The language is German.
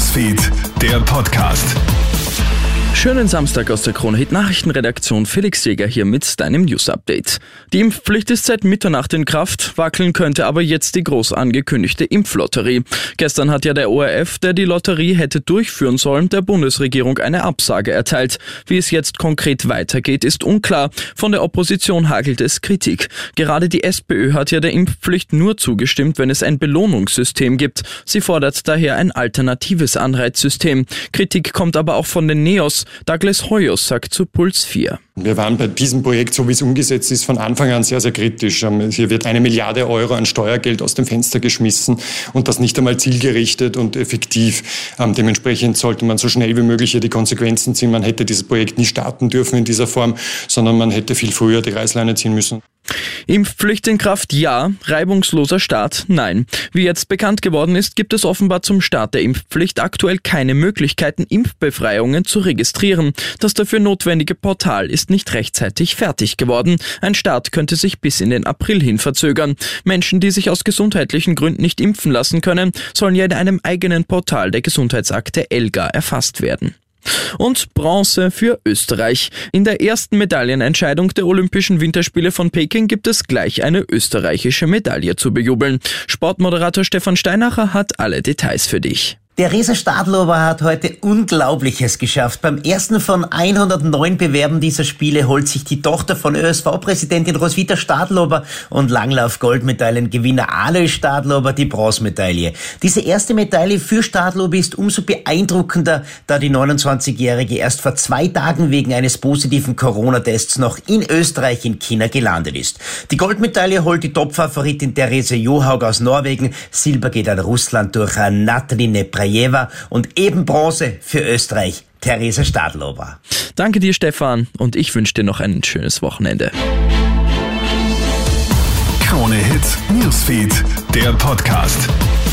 Newsfeed, der Podcast. Schönen Samstag aus der Krone-Hit-Nachrichtenredaktion. Felix Jäger hier mit deinem News-Update. Die Impfpflicht ist seit Mitternacht in Kraft, wackeln könnte aber jetzt die groß angekündigte Impflotterie. Gestern hat ja der ORF, der die Lotterie hätte durchführen sollen, der Bundesregierung eine Absage erteilt. Wie es jetzt konkret weitergeht, ist unklar. Von der Opposition hagelt es Kritik. Gerade die SPÖ hat ja der Impfpflicht nur zugestimmt, wenn es ein Belohnungssystem gibt. Sie fordert daher ein alternatives Anreizsystem. Kritik kommt aber auch von den NEOS. Douglas Hoyos sagt zu Puls 4. Wir waren bei diesem Projekt, so wie es umgesetzt ist, von Anfang an sehr, sehr kritisch. Hier wird 1 Milliarde Euro an Steuergeld aus dem Fenster geschmissen und das nicht einmal zielgerichtet und effektiv. Dementsprechend sollte man so schnell wie möglich hier die Konsequenzen ziehen. Man hätte dieses Projekt nie starten dürfen in dieser Form, sondern man hätte viel früher die Reißleine ziehen müssen. Impfpflicht in Kraft, ja. Reibungsloser Start, nein. Wie jetzt bekannt geworden ist, gibt es offenbar zum Start der Impfpflicht aktuell keine Möglichkeiten, Impfbefreiungen zu registrieren. Das dafür notwendige Portal ist nicht rechtzeitig fertig geworden. Ein Start könnte sich bis in den April hin verzögern. Menschen, die sich aus gesundheitlichen Gründen nicht impfen lassen können, sollen ja in einem eigenen Portal der Gesundheitsakte ELGA erfasst werden. Und Bronze für Österreich. In der ersten Medaillenentscheidung der Olympischen Winterspiele von Peking gibt es gleich eine österreichische Medaille zu bejubeln. Sportmoderator Stefan Steinacher hat alle Details für dich. Theresa Stadlober hat heute Unglaubliches geschafft. Beim ersten von 109 Bewerben dieser Spiele holt sich die Tochter von ÖSV-Präsidentin Roswitha Stadlober und Langlauf-Goldmedaillengewinner Alois Stadlober die Bronzemedaille. Diese erste Medaille für Stadlober ist umso beeindruckender, da die 29-Jährige erst vor 2 Tagen wegen eines positiven Corona-Tests noch in Österreich in China gelandet ist. Die Goldmedaille holt die Topfavoritin Therese Johaug aus Norwegen. Silber geht an Russland durch Natalie Neprajeva und eben Bronze für Österreich, Theresa Stadlober. Danke dir, Stefan, und ich wünsche dir noch ein schönes Wochenende. Krone-Hit Newsfeed, der Podcast.